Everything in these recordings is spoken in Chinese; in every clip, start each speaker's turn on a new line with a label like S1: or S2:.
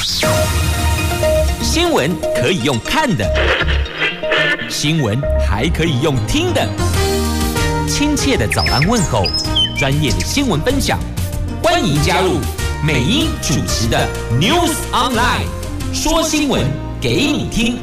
S1: 新闻可以用看的，新闻还可以用听的。亲切的早安问候，专业的新闻分享，欢迎加入美英主持的 News Online， 说新闻给你听。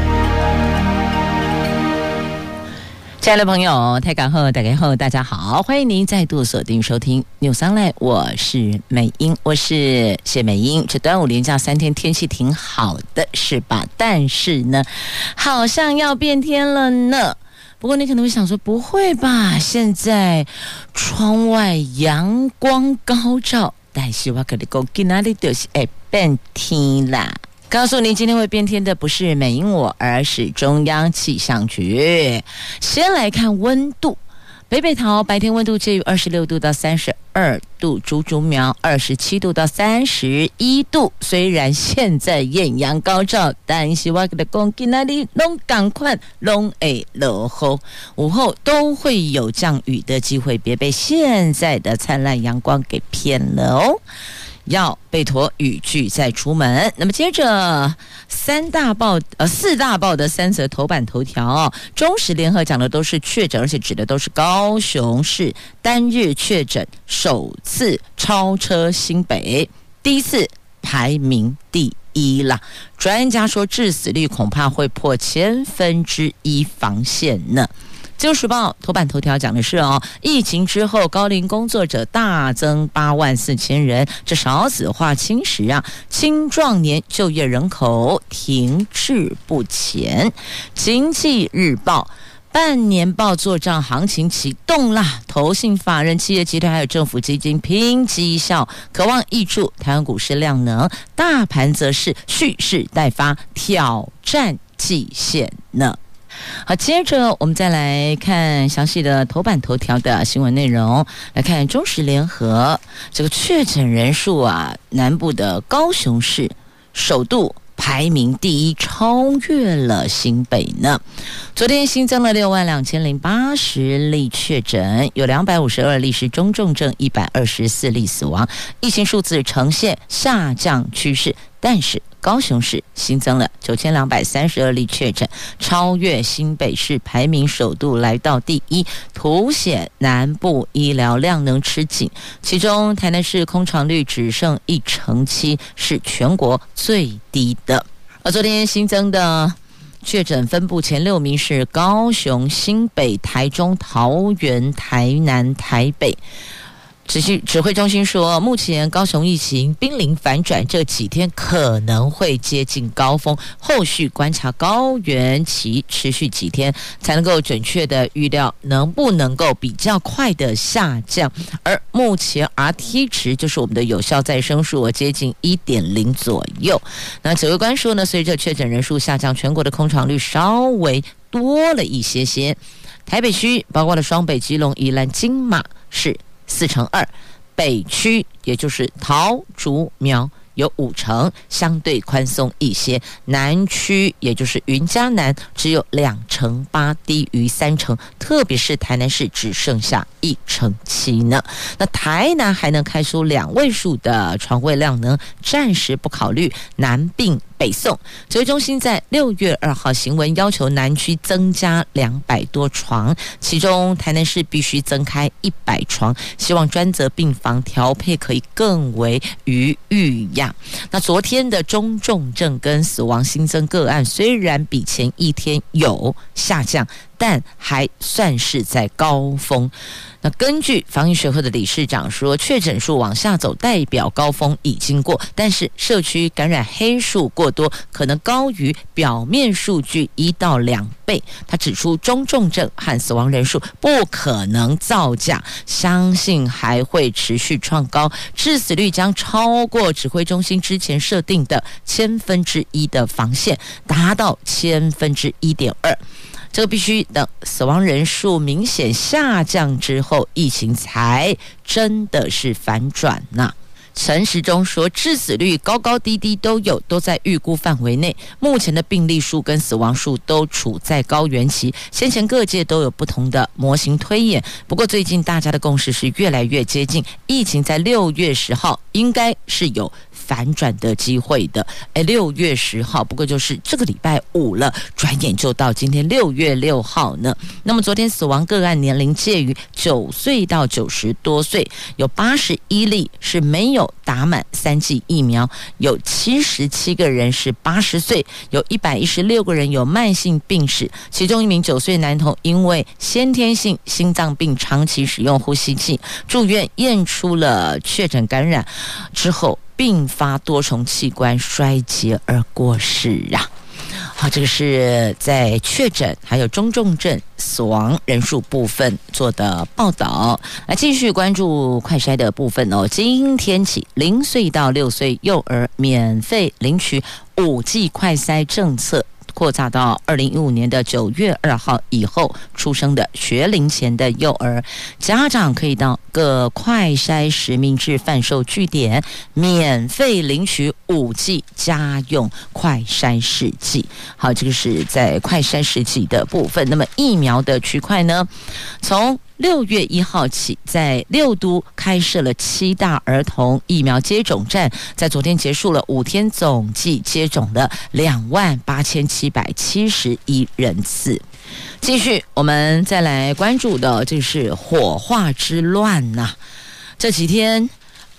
S2: 亲爱的朋友，大家好，大家好，欢迎您再度锁定收听 News Online， 我是美英，我是谢美英。这端午连假3天天气挺好的，是吧？但是呢，好像要变天了呢。不过你可能会想说，不会吧？现在窗外阳光高照，但是我跟你讲，今天就是会变天啦。告诉您，今天会变天的不是美英我，而是中央气象局。先来看温度，北北桃白天温度介于26度到32度，竹竹苗27度到31度。虽然现在艳阳高照，但是我跟你讲，今天你拢赶快拢会落雨，午后都会有降雨的机会，别被现在的灿烂阳光给骗了哦。要备妥雨具再出门。那么接着四大报的3则头版头条哦，中时联合讲的都是确诊，而且指的都是高雄市单日确诊首次超车新北，第一次排名第一啦。专家说致死率恐怕会破1/1000防线呢。自由时报头版头条讲的是疫情之后高龄工作者大增84000人，这少子化侵蚀青壮年就业人口停滞不前。经济日报半年报作账行情启动啦，投信法人企业集团还有政府基金拼绩效，渴望挹注台湾股市量能，大盘则是蓄势待发，挑战季线呢。好，接着我们再来看详细的头版头条的新闻内容。来看中时联合这个确诊人数南部的高雄市首度排名第一，超越了新北呢。昨天新增了62080例确诊，有252例是中重症，124例死亡，疫情数字呈现下降趋势，但是高雄市新增了9232例确诊，超越新北市排名首度来到第一，凸显南部医疗量能吃紧。其中台南市空床率只剩7%，是全国最低的。而昨天新增的确诊分布前6名是高雄、新北、台中、桃园、台南、台北。指挥中心说，目前高雄疫情濒临反转，这几天可能会接近高峰，后续观察高原期持续几天，才能够准确的预料能不能够比较快的下降。而目前 RT 值就是我们的有效再生数接近 1.0 左右。那指挥官说呢，随着确诊人数下降，全国的空床率稍微多了一些。台北区包括了双北、基隆、宜兰、金马是4%，北区也就是桃竹苗有5%，相对宽松一些。南区也就是云嘉南只有2%8%，低于3%，特别是台南市只剩下1%7%呢。那台南还能开出2位数的床位量能，暂时不考虑南并北送。指挥中心在6月2号行文要求南区增加200多床，其中台南市必须增开100床，希望专责病房调配可以更为于预样。那昨天的中重症跟死亡新增个案虽然比前一天有下降，但还算是在高峰。那根据防疫学会的理事长说，确诊数往下走代表高峰已经过，但是社区感染黑数过多，可能高于表面数据1到2倍。他指出，中重症和死亡人数不可能造假，相信还会持续创高，致死率将超过指挥中心之前设定的1/1000的防线，达到1/1.2。这个必须等死亡人数明显下降之后，疫情才真的是反转呐。陈时中说，致死率高高低低都有，都在预估范围内。目前的病例数跟死亡数都处在高原期，先前各界都有不同的模型推演，不过最近大家的共识是越来越接近，疫情在6月10号应该是有反转的机会的。6月10号，不过就是这个礼拜5了，转眼就到今天6月6号呢。那么昨天死亡个案年龄介于9岁到90多岁，有81例是没有打满3剂疫苗，有77个人是80岁，有116个人有慢性病史，其中一名9岁男童因为先天性心脏病长期使用呼吸器，住院验出了确诊感染之后并发多重器官衰竭而过世啊。好，这个是在确诊还有中重症死亡人数部分做的报道。来继续关注快筛的部分哦。今天起，0岁到6岁幼儿免费领取5剂快筛政策扩大到2015年的9月2号以后出生的学龄前的幼儿，家长可以到各快筛实名制贩售据点免费领取5剂家用快筛试剂。好，这个是在快筛试剂的部分。那么疫苗的区块呢，从6月1号起，在6都开设了7大儿童疫苗接种站，在昨天结束了5天，总计接种了28771人次。继续，我们再来关注的就是火化之乱呐。这几天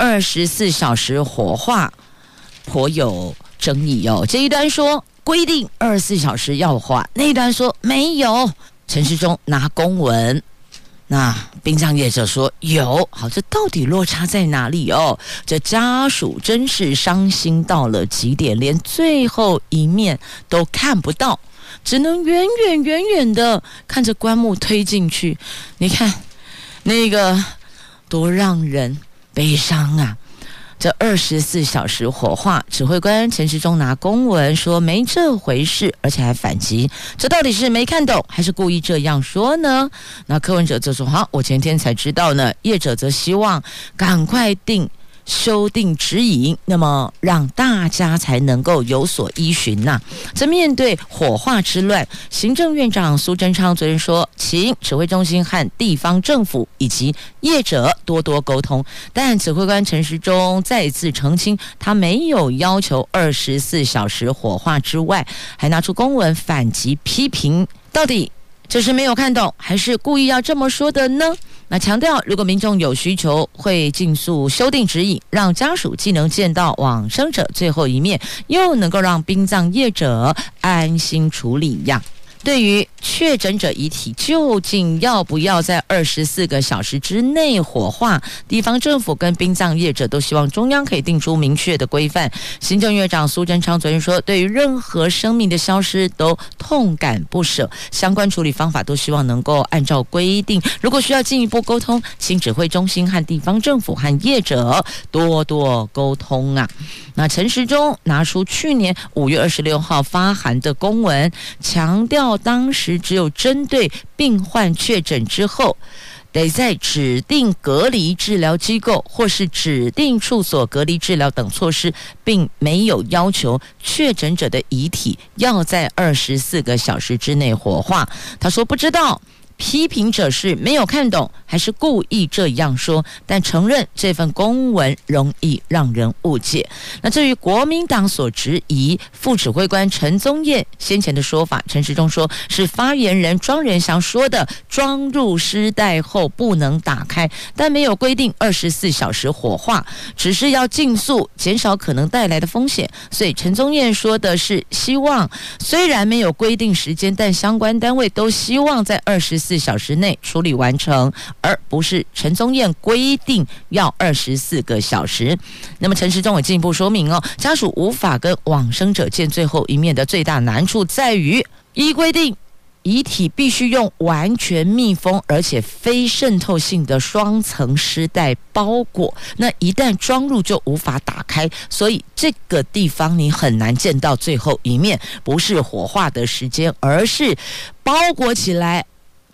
S2: 24小时火化颇有争议哦。这一端说规定24小时要火化，那一端说没有。陈时中拿公文。那殡葬业者说有，好，这到底落差在哪里哦？这家属真是伤心到了极点，连最后一面都看不到，只能远远的看着棺木推进去。你看那个多让人悲伤啊！这24小时火化，指挥官陈时中拿公文说没这回事，而且还反击，这到底是没看懂还是故意这样说呢？那柯文哲则说好，我前天才知道呢。业者则希望赶快修订指引，那么让大家才能够有所依循呐。这面对火化之乱，行政院长苏贞昌昨天说，请指挥中心和地方政府以及业者多多沟通，但指挥官陈时中再次澄清，他没有要求24小时火化之外，还拿出公文反击批评，到底这是没有看懂还是故意要这么说的呢？那强调，如果民众有需求，会尽速修订指引，让家属既能见到往生者最后一面，又能够让殡葬业者安心处理呀。对于确诊者遗体究竟要不要在24个小时之内火化，地方政府跟殡葬业者都希望中央可以定出明确的规范。行政院长苏贞昌昨天说，对于任何生命的消失都痛感不舍，相关处理方法都希望能够按照规定，如果需要进一步沟通，请指挥中心和地方政府和业者多多沟通啊。那陈时中拿出去年5月26号发函的公文，强调当时只有针对病患确诊之后，得在指定隔离治疗机构或是指定处所隔离治疗等措施，并没有要求确诊者的遗体要在24个小时之内火化。他说不知道批评者是没有看懂还是故意这样说，但承认这份公文容易让人误解。那至于国民党所质疑副指挥官陈宗彦先前的说法，陈时中说是发言人庄仁祥说的装入尸袋后不能打开，但没有规定24小时火化，只是要尽速减少可能带来的风险。所以陈宗彦说的是希望虽然没有规定时间，但相关单位都希望在24小时内处理完成，而不是陈宗彦规定要24个小时。那么陈时中也进一步说明家属无法跟往生者见最后一面的最大难处在于，依规定遗体必须用完全密封而且非渗透性的双层尸袋包裹，那一旦装入就无法打开，所以这个地方你很难见到最后一面，不是火化的时间，而是包裹起来你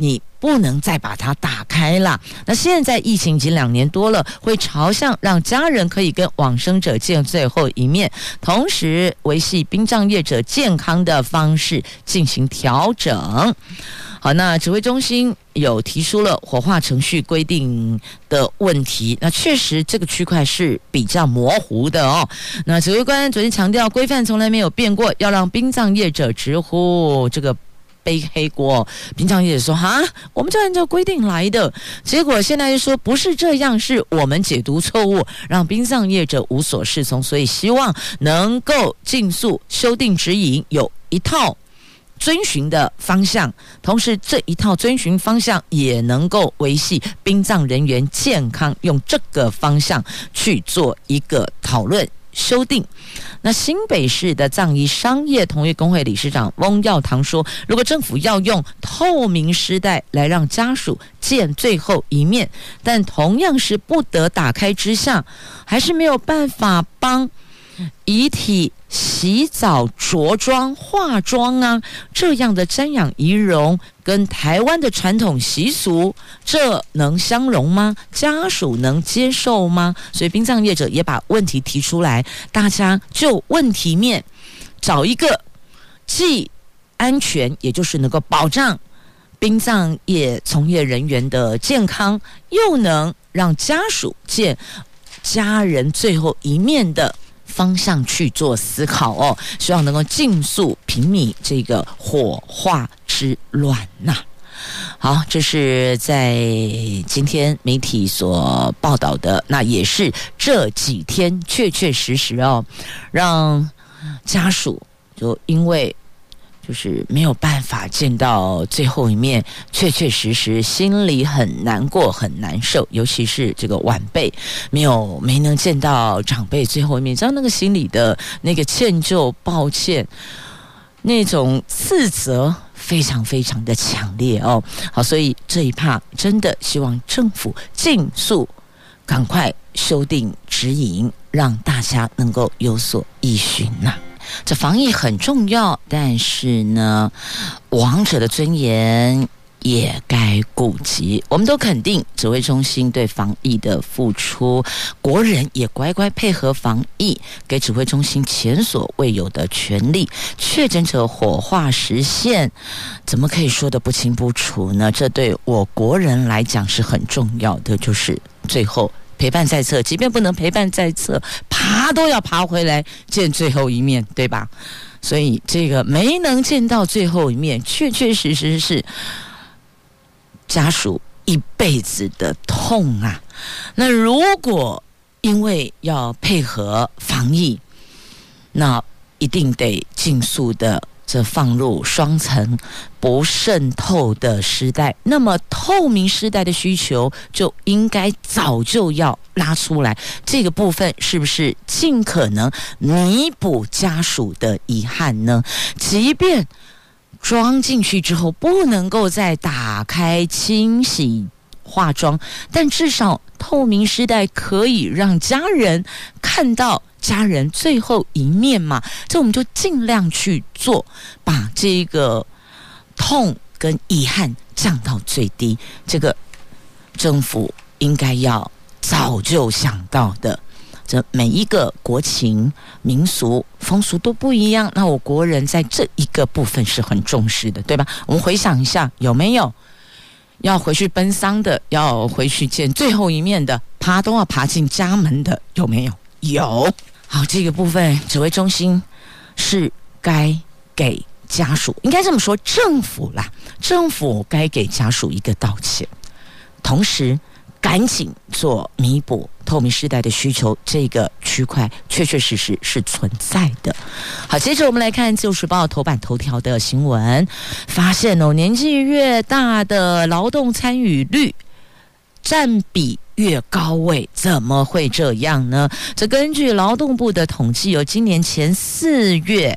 S2: 不能再把它打开了。那现在疫情已经2年多了，会朝向让家人可以跟往生者见最后一面，同时维系殡葬业者健康的方式进行调整。好，那指挥中心有提出了火化程序规定的问题，那确实这个区块是比较模糊的哦。那指挥官昨天强调，规范从来没有变过，要让殡葬业者直呼这个背黑锅。殡葬业者说哈，我们就按照规定来的，结果现在就说不是这样，是我们解读错误，让殡葬业者无所适从，所以希望能够尽速修订指引，有一套遵循的方向，同时这一套遵循方向也能够维系殡葬人员健康，用这个方向去做一个讨论修订。那新北市的葬仪商业同业工会理事长翁耀堂说，如果政府要用透明尸袋来让家属见最后一面，但同样是不得打开之下，还是没有办法帮遗体洗澡、着装、化妆啊，这样的瞻仰遗容跟台湾的传统习俗，这能相容吗？家属能接受吗？所以殡葬业者也把问题提出来，大家就问题面找一个既安全，也就是能够保障殡葬业从业人员的健康，又能让家属见家人最后一面的方向去做思考哦，希望能够尽速平弭这个火化之乱呐。好，这是在今天媒体所报道的，那也是这几天确确实实哦，让家属就因为就是没有办法见到最后一面，确确实实心里很难过很难受，尤其是这个晚辈没能见到长辈最后一面，知道那个心里的那个歉疚抱歉，那种自责非常非常的强烈哦。好，所以这一趴真的希望政府尽速赶快修订指引，让大家能够有所依循呐。这防疫很重要，但是呢，亡者的尊严也该顾及。我们都肯定指挥中心对防疫的付出，国人也乖乖配合防疫，给指挥中心前所未有的权利。确诊者火化时限，怎么可以说得不清不楚呢？这对我国人来讲是很重要的，就是最后陪伴在侧，即便不能陪伴在侧，爬都要爬回来见最后一面，对吧？所以这个没能见到最后一面，确确实实是家属一辈子的痛啊。那如果因为要配合防疫，那一定得尽速的这放入双层不渗透的尸袋，那么透明尸袋的需求就应该早就要拉出来，这个部分是不是尽可能弥补家属的遗憾呢？即便装进去之后不能够再打开清洗化妆，但至少透明尸袋可以让家人看到家人最后一面嘛，这我们就尽量去做，把这个痛跟遗憾降到最低，这个政府应该要早就想到的。这每一个国情民俗风俗都不一样，那我国人在这一个部分是很重视的，对吧？我们回想一下，有没有要回去奔丧的，要回去见最后一面的，都要爬进家门的，有没有？有。好，这个部分指挥中心是该给家属，应该这么说，政府该给家属一个道歉，同时赶紧做弥补透明尸袋的需求，这个区块确确实实是存在的。好，接着我们来看《自由时报》头版头条的新闻，发现年纪越大的劳动参与率占比越高位，怎么会这样呢？这根据劳动部的统计，今年前4月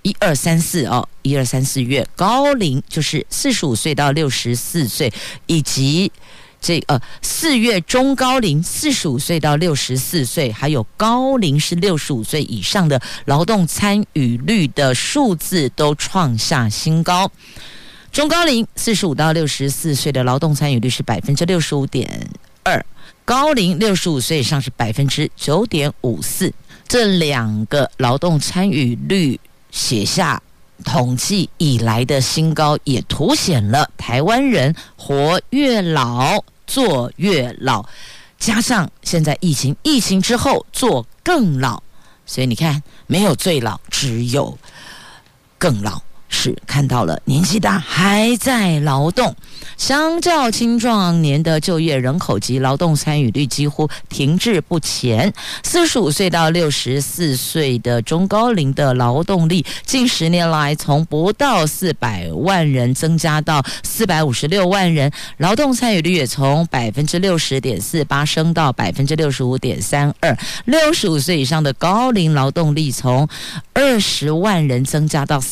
S2: 1234月高龄就是45岁到64岁，以及4月中高龄45岁到64岁，还有高龄是65岁以上的劳动参与率的数字都创下新高。 中高龄45到64岁的劳动参与率是 65.2%， 高龄65岁以上是 9.54%， 这两个劳动参与率写下统计以来的新高，也凸显了台湾人活越老做越老，加上现在疫情之后做更老，所以你看没有最老，只有更老，是看到了年纪大还在劳动。相较青壮年的就业人口及劳动参与率几乎停滞不前，45岁到64岁的中高龄的劳动力近10年来从不到400万人增加到456万人，劳动参与率也从 60.48% 升到 65.32%， 65岁以上的高龄劳动力从20万人增加到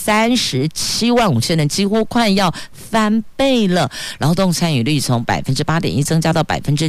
S2: 37万5千人，几乎快要翻倍了。劳动参与率从 8.1% 增加到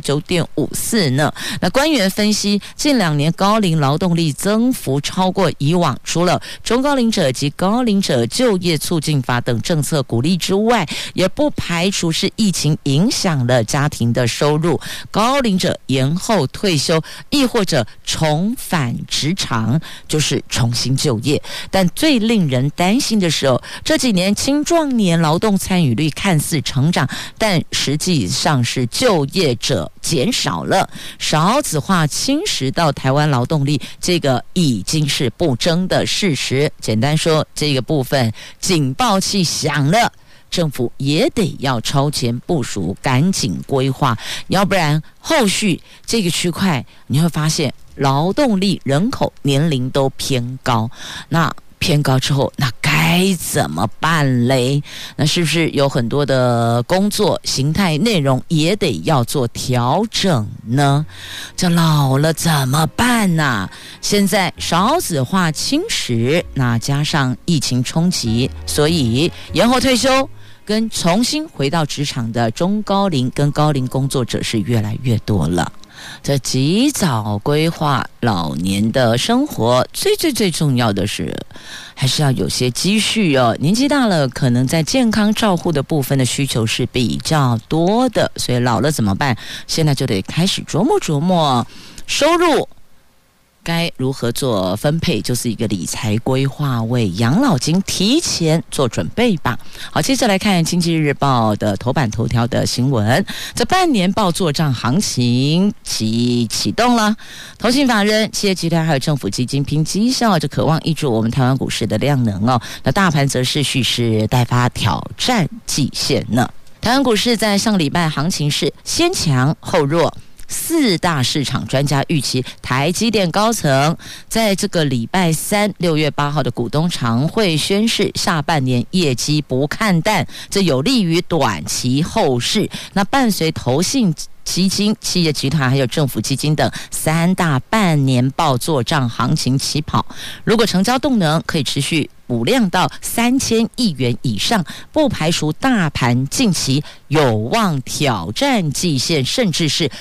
S2: 9.54% 呢。那官员分析，近2年高龄劳动力增幅超过以往，除了中高龄者及高龄者就业促进法等政策鼓励之外，也不排除是疫情影响了家庭的收入，高龄者延后退休，亦或者重返职场，就是重新就业。但最令人担心的是这几年青壮年劳动参与率看似成长，但实际上是就业者减少了，少子化侵蚀到台湾劳动力，这个已经是不争的事实。简单说，这个部分警报器响了，政府也得要超前部署，赶紧规划，要不然后续这个区块你会发现劳动力人口年龄都偏高，那偏高之后，那该怎么办嘞？那是不是有很多的工作形态内容也得要做调整呢？这老了怎么办呢？现在少子化侵蚀，那加上疫情冲击，所以延后退休跟重新回到职场的中高龄跟高龄工作者是越来越多了。这及早规划老年的生活，最重要的是还是要有些积蓄哦。年纪大了，可能在健康照护的部分的需求是比较多的，所以老了怎么办？现在就得开始琢磨收入该如何做分配，就是一个理财规划，为养老金提前做准备吧。好，接着来看《经济日报》的头版头条的新闻。这半年报作账行情启动了，投信法人、企业集团还有政府基金拼绩效，就渴望挹注我们台湾股市的量能哦。那大盘则是蓄势待发，挑战季线呢。台湾股市在上礼拜行情是先强后弱。4大市场专家预期，台积电高层在这个礼拜3 6月8号的股东常会宣示，下半年业绩不看淡，这有利于短期后市。那伴随投信基金、企业集团还有政府基金等3大半年报作账行情起跑，如果成交动能可以持续补量到3000亿元以上，不排除大盘近期有望挑战季线，甚至是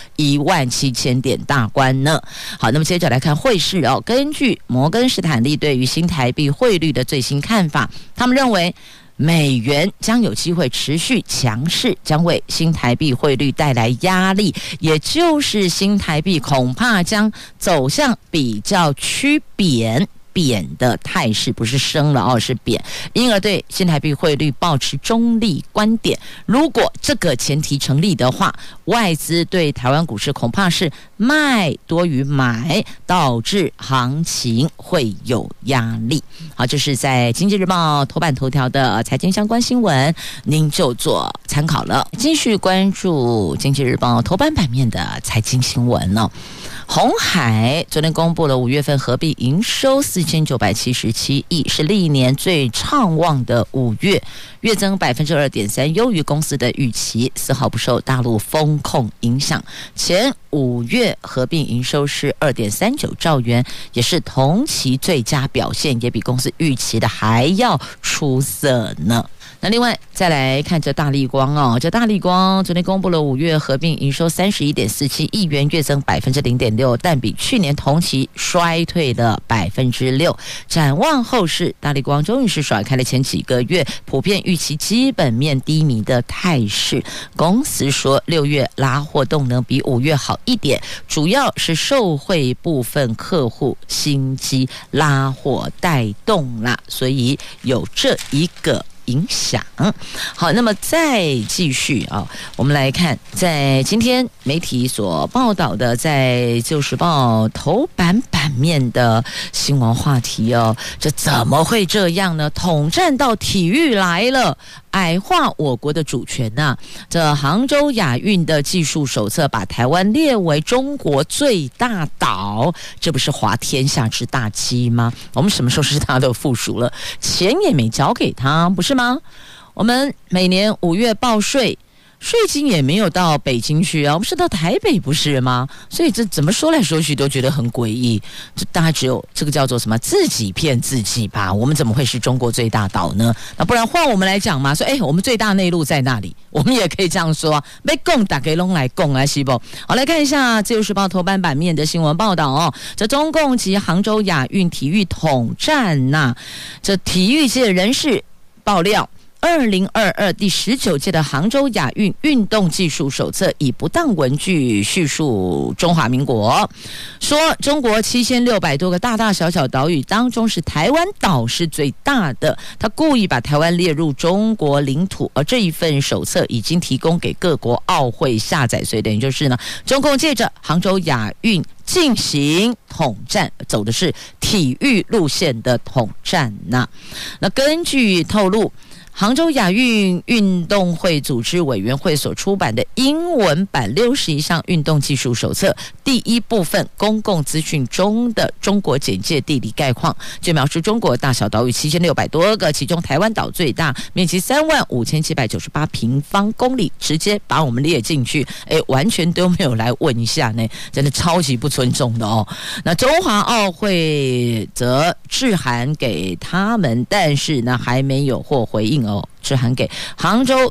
S2: 17000点大关呢。好，那么接着来看汇市哦。根据摩根士坦利对于新台币汇率的最新看法，他们认为美元将有机会持续强势，将为新台币汇率带来压力，也就是新台币恐怕将走向比较趋贬的态势，不是升了是贬，因而对新台币汇率抱持中立观点。如果这个前提成立的话，外资对台湾股市恐怕是卖多于买，导致行情会有压力。好，这是在经济日报头版头条的财经相关新闻，您就做参考了。继续关注经济日报头版版面的财经新闻呢。鸿海昨天公布了5月份合并营收4977亿，是历年最畅旺的5月，月增 2.3%， 优于公司的预期，丝毫不受大陆风控影响。前5月合并营收是 2.39 兆元，也是同期最佳表现，也比公司预期的还要出色呢。 那另外再来看这大立光哦，这大立光昨天公布了5月合并营收31.47亿元，月增0.6%，但比去年同期衰退了6%。展望后市，大立光终于是甩开了前几个月普遍预期基本面低迷的态势。公司说6月拉货动能比5月好一点，主要是受惠部分客户新机拉货带动啦，所以有这一个影响。好，那么再继续啊，我们来看在今天媒体所报道的，在《自由时报》头版版面的新闻话题哦，这怎么会这样呢？统战到体育来了，矮化我国的主权啊！这杭州亚运的技术手册把台湾列为中国最大岛，这不是滑天下之大稽吗？我们什么时候是他的附属了？钱也没交给他，不是吗？我们每年5月报税，税金也没有到北京去啊，我们是到台北不是吗？所以这怎么说来说去都觉得很诡异，这大概只有这个叫做什么自己骗自己吧。我们怎么会是中国最大岛呢？那不然换我们来讲嘛，说我们最大内陆在那里，我们也可以这样说，被供打给龙来供啊，是不？好，来看一下自由时报头版版面的新闻报道哦，这中共及杭州亚运体育统战呐，这体育界人士爆料，2022第19届的杭州亚运运动技术手册以不当文句叙述中华民国，说中国7600多个大大小小岛屿当中，是台湾岛是最大的，他故意把台湾列入中国领土，而这一份手册已经提供给各国奥会下载，所以等于就是呢，中共借着杭州亚运进行统战，走的是体育路线的统战呐。那根据透露，杭州亚运运动会组织委员会所出版的英文版61项运动技术手册第一部分公共资讯中的中国简介地理概况，就描述中国大小岛屿7600多个，其中台湾岛最大，面积35798平方公里，直接把我们列进去，完全都没有来问一下呢，真的超级不尊重的哦。那中华奥会则致函给他们，但是呢还没有获回应哦，致函给杭州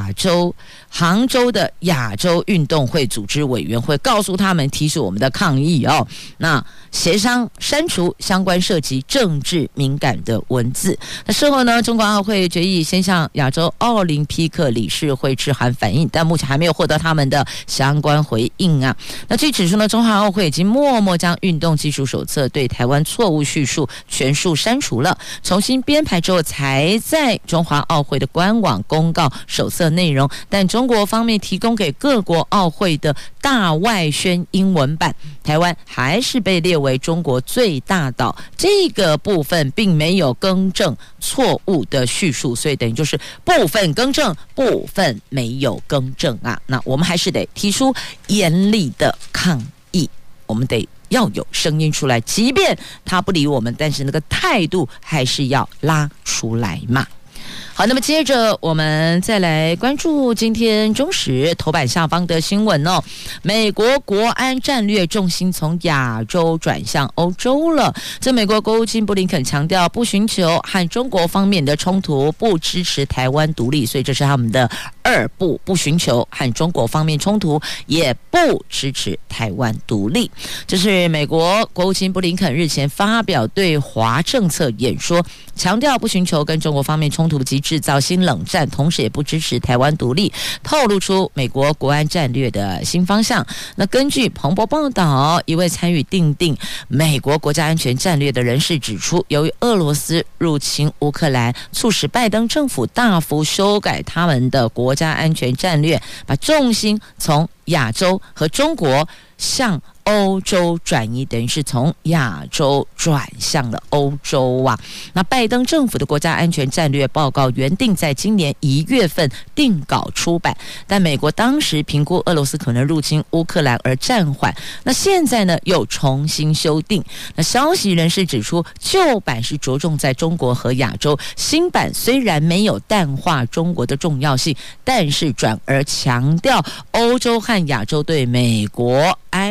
S2: 的亚洲运动会组织委员会，告诉他们提出我们的抗议哦。那协商删除相关涉及政治敏感的文字。那事后呢，中国奥会决议先向亚洲奥林匹克理事会致函反映，但目前还没有获得他们的相关回应啊。那据指出呢，中华奥会已经默默将运动技术手册对台湾错误叙述全数删除了，重新编排之后才在中华奥会的官网公告手册内容，但中国方面提供给各国奥会的大外宣英文版，台湾还是被列为中国最大岛，这个部分并没有更正错误的叙述，所以等于就是部分更正，部分没有更正啊。那我们还是得提出严厉的抗议，我们得要有声音出来，即便他不理我们，但是那个态度还是要拉出来嘛。好，那么接着我们再来关注今天中时头版下方的新闻哦。美国国安战略重心从亚洲转向欧洲了。这美国国务卿布林肯强调，不寻求和中国方面的冲突，不支持台湾独立，所以这是他们的2不，不寻求和中国方面冲突，也不支持台湾独立。这是美国国务卿布林肯日前发表对华政策演说，强调不寻求跟中国方面冲突及制造新冷战，同时也不支持台湾独立，透露出美国国安战略的新方向。那根据彭博报道，一位参与订定美国国家安全战略的人士指出，由于俄罗斯入侵乌克兰，促使拜登政府大幅修改他们的国家安全战略，把重心从亚洲和中国向欧洲转移，等于是从亚洲转向了欧洲啊。那拜登政府的国家安全战略报告原定在今年1月份定稿出版，但美国当时评估俄罗斯可能入侵乌克兰而暂缓。那现在呢又重新修订。那消息人士指出，旧版是着重在中国和亚洲，新版虽然没有淡化中国的重要性，但是转而强调欧洲和亚洲对美国安全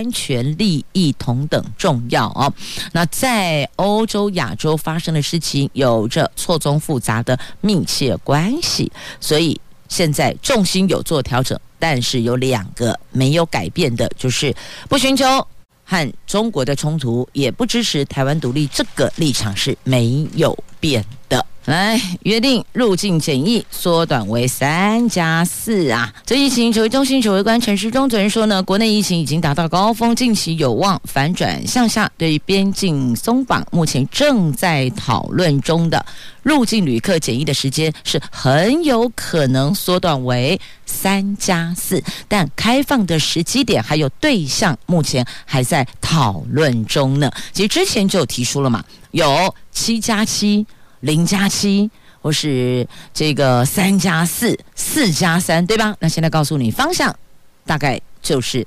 S2: 人利益同等重要哦。那在欧洲、亚洲发生的事情有着错综复杂的密切关系，所以现在重心有做调整，但是有2个没有改变的，就是不寻求和中国的冲突，也不支持台湾独立，这个立场是没有变的。来，约定入境检疫缩短为3+4啊！这疫情指挥中心指挥官陈时中昨天说呢，国内疫情已经达到高峰，近期有望反转向下。对于边境松绑，目前正在讨论中的入境旅客检疫的时间是很有可能缩短为3+4，但开放的时机点还有对象，目前还在讨论中呢。其实之前就有提出了嘛，有7+7。0+7或是这个3+4、4+3，对吧？那现在告诉你方向，大概就是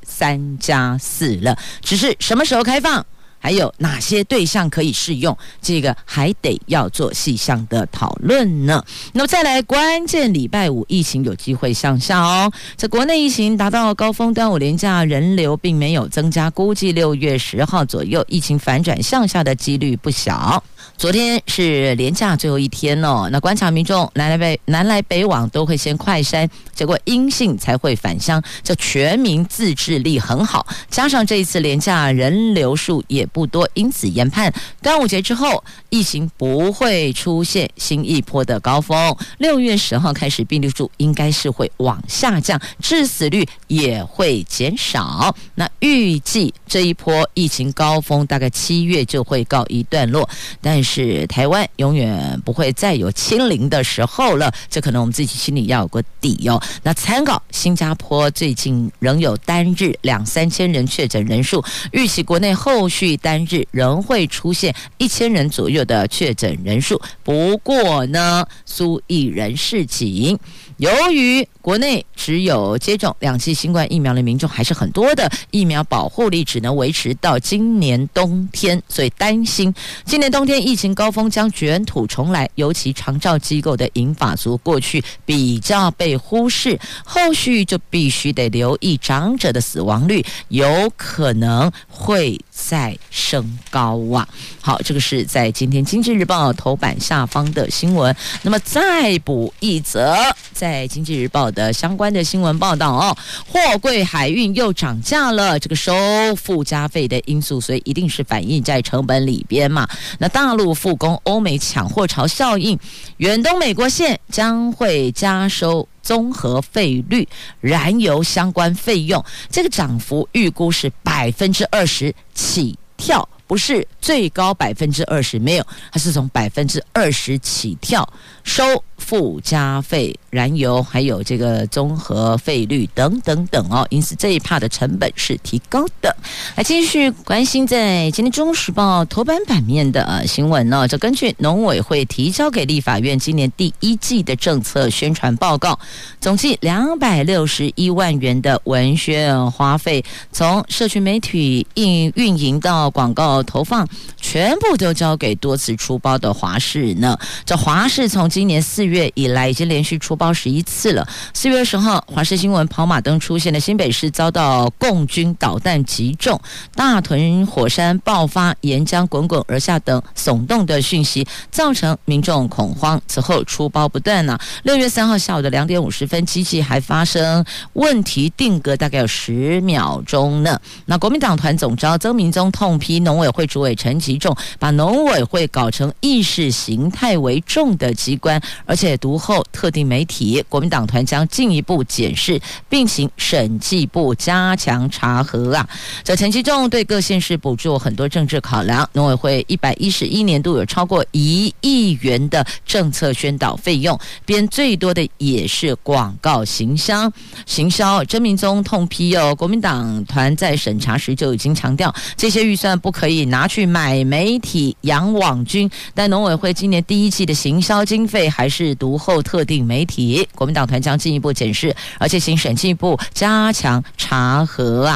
S2: 3+4了。只是什么时候开放，还有哪些对象可以适用，这个还得要做细项的讨论呢。那么再来，关键礼拜5疫情有机会向下哦。这国内疫情达到高峰，端午连假人流并没有增加，估计6月10号左右疫情反转向下的几率不小。昨天是连假最后一天哦，那观察民众南来北往都会先快筛，结果阴性才会返乡，这全民自制力很好。加上这一次连假人流数也不多，因此研判端午节之后疫情不会出现新一波的高峰。6月10号开始病例数应该是会往下降，致死率也会减少。那预计这一波疫情高峰大概7月就会告一段落，但是台湾永远不会再有清零的时候了，这可能我们自己心里要有个底哦。那参考新加坡最近仍有单日2-3千人确诊人数，预期国内后续单日仍会出现1000人左右的确诊人数。不过呢，苏益人示警，由于国内只有接种2剂新冠疫苗的民众还是很多的，疫苗保护力只能维持到今年冬天，所以担心今年冬天疫情高峰将卷土重来，尤其长照机构的银发族过去比较被忽视，后续就必须得留意长者的死亡率有可能会再升高啊。好，这个是在今天经济日报头版下方的新闻。那么再补一则在经济日报的相关的新闻报道哦，货柜海运又涨价了，这个收附加费的因素，所以一定是反映在成本里边嘛。那大陆复工，欧美抢货潮效应，远东美国线将会加收综合费率，燃油相关费用，这个涨幅预估是20%起跳，不是最高20%，没有，它是从20%起跳收附加费、燃油还有这个综合费率等等等哦，因此这一趴的成本是提高的。来继续关心在今天《中国时报》头版版面的新闻呢，这根据农委会提交给立法院今年第1季的政策宣传报告，总计261万元的文宣花费，从社群媒体运营到广告投放，全部都交给多次出包的华视呢。这华视从今年4月以来已经连续出包11次了。4月10号，华视新闻跑马灯出现的新北市遭到共军导弹击中，大屯火山爆发，岩浆滚滚而下等耸动的讯息，造成民众恐慌。此后出包不断啊。6月3号下午的2点50分，机器还发生问题，定格大概有10秒钟呢。那国民党团总召曾明宗痛批农委会主委陈吉仲，把农委会搞成意识形态为重的机关，而且读后特定媒体，国民党团将进一步检视，并请审计部加强查核啊。这陈吉仲对各县市补助很多政治考量，农委会111年度有超过1亿元的政策宣导费用，边最多的也是广告行销。曾明宗痛批国民党团在审查时就已经强调，这些预算不可以拿去买媒体养网军，但农委会今年第1季的行销经费还是读后特定媒体，国民党团将进一步检视，而且请审计部加强查核啊。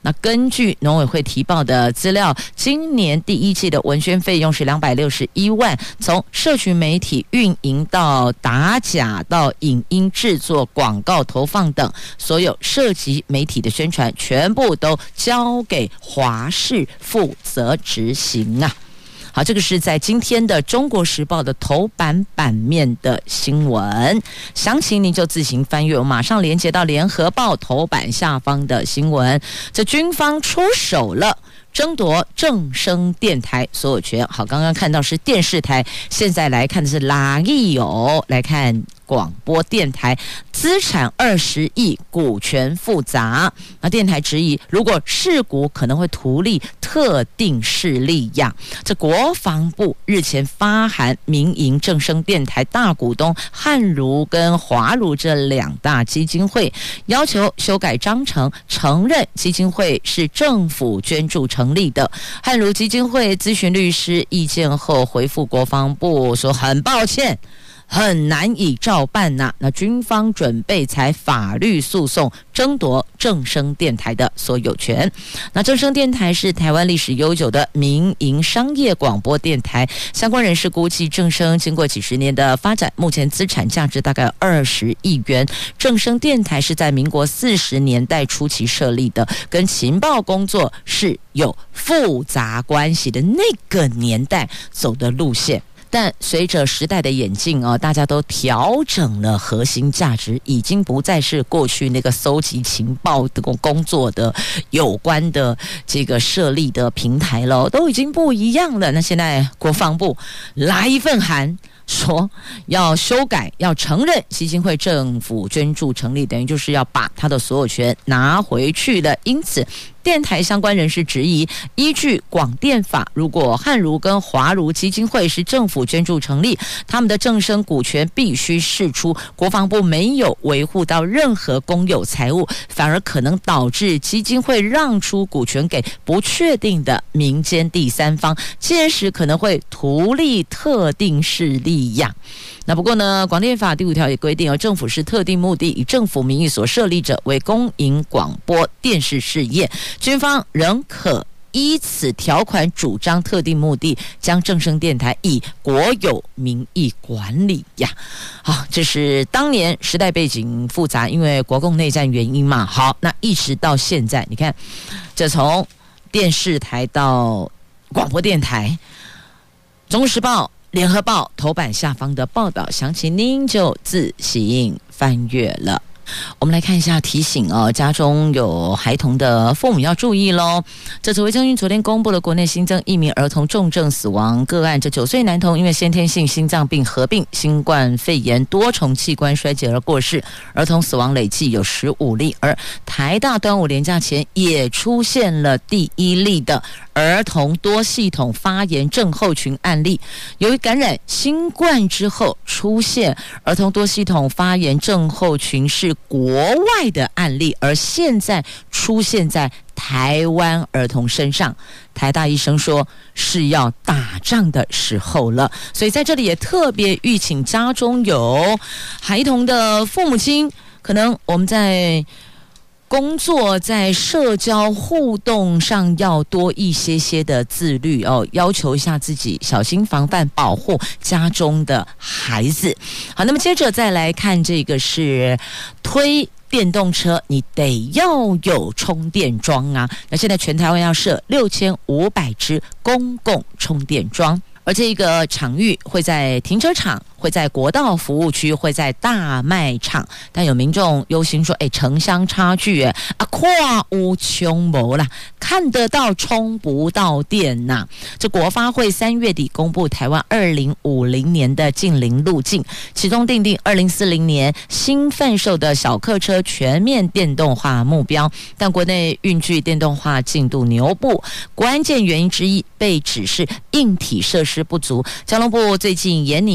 S2: 那根据农委会提报的资料，今年第一季的文宣费用是261万，从社群媒体运营到打假到影音制作、广告投放等，所有涉及媒体的宣传，全部都交给华视负责执行啊。好，这个是在今天的《中国时报》的头版版面的新闻，详情您就自行翻阅。我马上连接到《联合报》头版下方的新闻，这军方出手了。争夺正声电台所有权。好，刚刚看到是电视台，现在来看的是拉力友，来看广播电台，资产20亿，股权复杂。那电台质疑，如果释股可能会图利特定势力呀。这国防部日前发函民营正声电台大股东汉儒跟华儒这两大基金会，要求修改章程，承认基金会是政府捐助成立的。汉儒基金会咨询律师意见后回复国防部说，很抱歉，很难以照办呐。那军方准备采法律诉讼争夺正声电台的所有权。那正声电台是台湾历史悠久的民营商业广播电台，相关人士估计正声经过几十年的发展，目前资产价值大概20亿元。正声电台是在民国40年代初期设立的，跟情报工作是有复杂关系的那个年代走的路线。但随着时代的演进大家都调整了核心价值，已经不再是过去那个搜集情报的工作的有关的这个设立的平台了，都已经不一样了。那现在国防部来一份函，说要修改，要承认基金会政府捐助成立，等于就是要把他的所有权拿回去了。因此电台相关人士质疑，依据广电法，如果汉儒跟华儒基金会是政府捐助成立，他们的正声股权必须释出。国防部没有维护到任何公有财物，反而可能导致基金会让出股权给不确定的民间第三方，届时可能会图利特定势力呀。那不过呢，广电法第5条也规定，政府是特定目的以政府名义所设立者为公营广播电视事业，军方仍可依此条款主张特定目的，将正声电台以国有名义管理呀。好，这是当年时代背景复杂，因为国共内战原因嘛。好，那一直到现在，你看，这从电视台到广播电台，《中国时报》联合报头版下方的报道详情您就自行翻阅了。我们来看一下提醒家中有孩童的父母要注意咯。这指挥中心昨天公布了国内新增1名儿童重症死亡个案，这9岁男童因为先天性心脏病合并新冠肺炎多重器官衰竭而过世，儿童死亡累计有15例。而台大端午连假前也出现了第1例的儿童多系统发炎症候群案例，由于感染新冠之后出现儿童多系统发炎症候群是国外的案例，而现在出现在台湾儿童身上。台大医生说是要打仗的时候了，所以在这里也特别预请家中有孩童的父母亲，可能我们在工作在社交互动上要多一些的自律要求一下自己，小心防范保护家中的孩子。好，那么接着再来看这个是推电动车，你得要有充电桩啊。那现在全台湾要设6500支公共充电桩，而这个场域会在停车场，会在国道服务区，会在大卖场。但有民众忧心说，城乡差距跨无穷谋啦，看得到充不到电呐。这国发会3月底公布台湾2050年的净零路径，其中订定2040年新贩售的小客车全面电动化目标，但国内运具电动化进度牛步，关键原因之一被指是硬体设施不足。交通部最近研拟广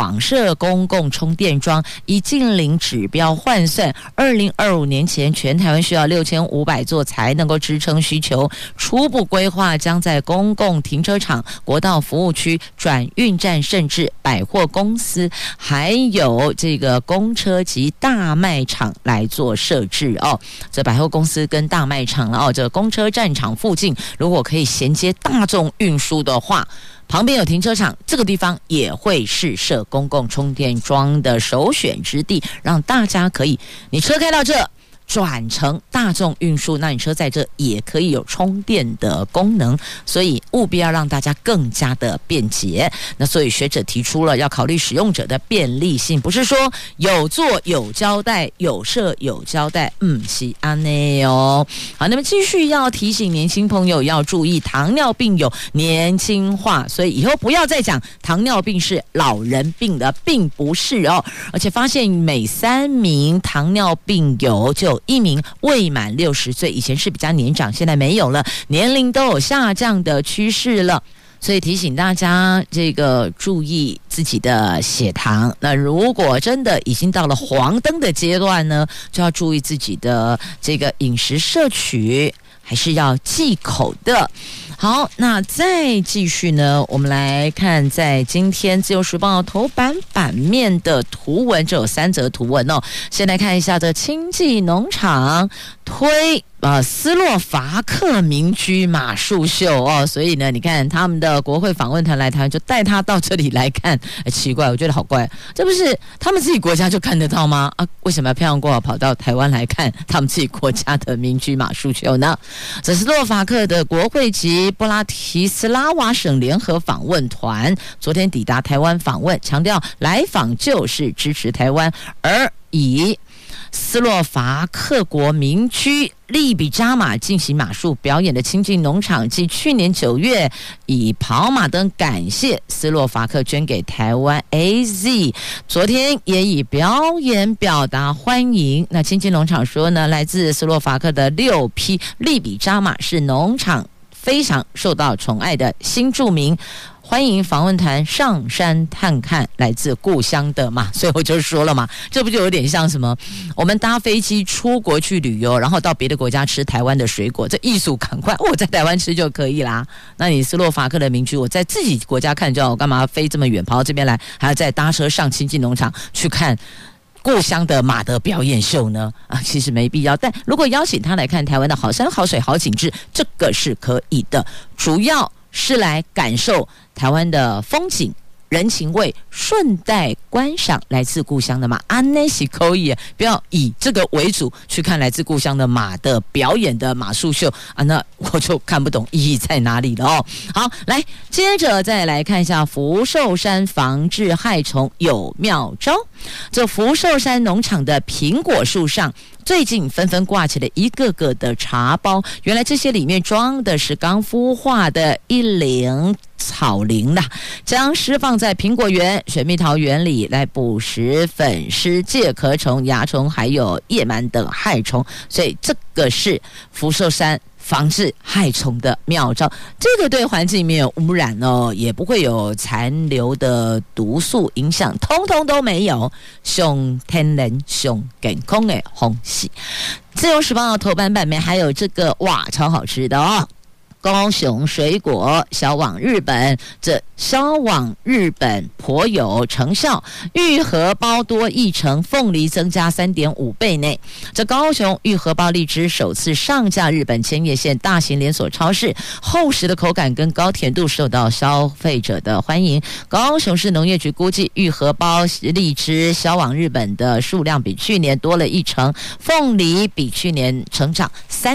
S2: 广设公共充电桩，以近零指标换算，2025年前全台湾需要6500座才能够支撑需求。初步规划将在公共停车场、国道服务区、转运站，甚至百货公司，还有这个公车及大卖场来做设置哦。这百货公司跟大卖场了哦，这个公车站场附近，如果可以衔接大众运输的话，旁边有停车场，这个地方也会是设公共充电桩的首选之地，让大家可以，你车开到这，转成大众运输，那你车在这也可以有充电的功能，所以务必要让大家更加的便捷。那所以学者提出了要考虑使用者的便利性，不是说有做有交代，有设有交代，是安内哦。好，那么继续要提醒年轻朋友要注意，糖尿病有年轻化，所以以后不要再讲糖尿病是老人病的，并不是哦。而且发现每3名糖尿病友就有1名未满60岁，以前是比较年长，现在没有了，年龄都有下降的趋势了。所以提醒大家，这个注意自己的血糖。那如果真的已经到了黄灯的阶段呢，就要注意自己的这个饮食摄取，还是要忌口的。好，那再继续呢，我们来看在今天自由时报头版版面的图文，这有3则图文哦。先来看一下这清纪农场推斯洛伐克民居马术秀哦，所以呢，你看他们的国会访问团来台湾，就带他到这里来看。奇怪，我觉得好怪，这不是他们自己国家就看得到吗？为什么要漂洋过海跑到台湾来看他们自己国家的民居马术秀呢？这斯洛伐克的国会及布拉提斯拉瓦省联合访问团昨天抵达台湾访问，强调来访就是支持台湾，而以斯洛伐克国民居利比扎马进行马术表演的清境农场，继去年9月以跑马灯感谢斯洛伐克捐给台湾 AZ， 昨天也以表演表达欢迎。那清境农场说呢，来自斯洛伐克的6匹利比扎马是农场非常受到宠爱的新住民，欢迎访问团上山探看来自故乡的马。所以我就说了嘛，这不就有点像什么我们搭飞机出国去旅游，然后到别的国家吃台湾的水果，这艺术赶快我在台湾吃就可以啦。那你斯洛伐克的民居我在自己国家看就好，我干嘛飞这么远跑到这边来，还要再搭车上清境农场去看故乡的马的表演秀呢？其实没必要。但如果邀请他来看台湾的好山好水好景致，这个是可以的，主要是来感受台湾的风景人情味，顺带观赏来自故乡的马，那是可以，不要以这个为主去看来自故乡的马的表演的马术秀那我就看不懂意义在哪里了哦。好，来接着再来看一下福寿山防治害虫有妙招。这福寿山农场的苹果树上最近纷纷挂起了一个个的茶包，原来这些里面装的是刚孵化的1龄草蛉啦，将释放在苹果园、水蜜桃园里来捕食粉虱、介壳虫、蚜虫还有叶螨等害虫，所以这个是福寿山防治害虫的妙招。这个对环境没有污染哦，也不会有残留的毒素影响，通通都没有，上天然上健康的风气。自由时报头版版面还有这个哇，超好吃的哦，高雄水果销往日本，这销往日本颇有成效，玉荷包多1成，凤梨增加 3.5 倍内。这高雄玉荷包荔枝首次上架日本千叶县大型连锁超市，厚实的口感跟高甜度受到消费者的欢迎。高雄市农业局估计，玉荷包荔枝销往日本的数量比去年多了1成，凤梨比去年成长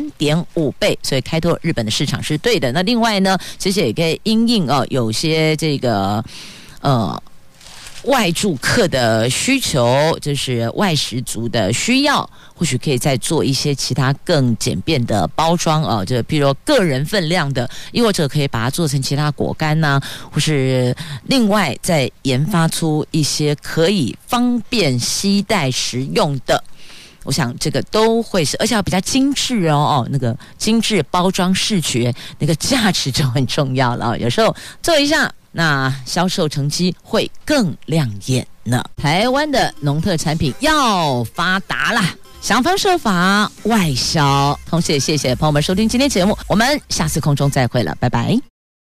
S2: 3.5 倍，所以开拓日本的市场是对的。那另外呢，其实也可以因应有些这个外住客的需求，就是外食族的需要，或许可以再做一些其他更简便的包装就比如个人分量的，亦或者可以把它做成其他果干或是另外再研发出一些可以方便携带食用的。我想这个都会是，而且要比较精致那个精致包装视觉那个价值就很重要了有时候做一下那销售成绩会更亮眼呢。台湾的农特产品要发达啦，想方设法外销。同时也谢谢朋友们收听今天节目，我们下次空中再会了，拜拜。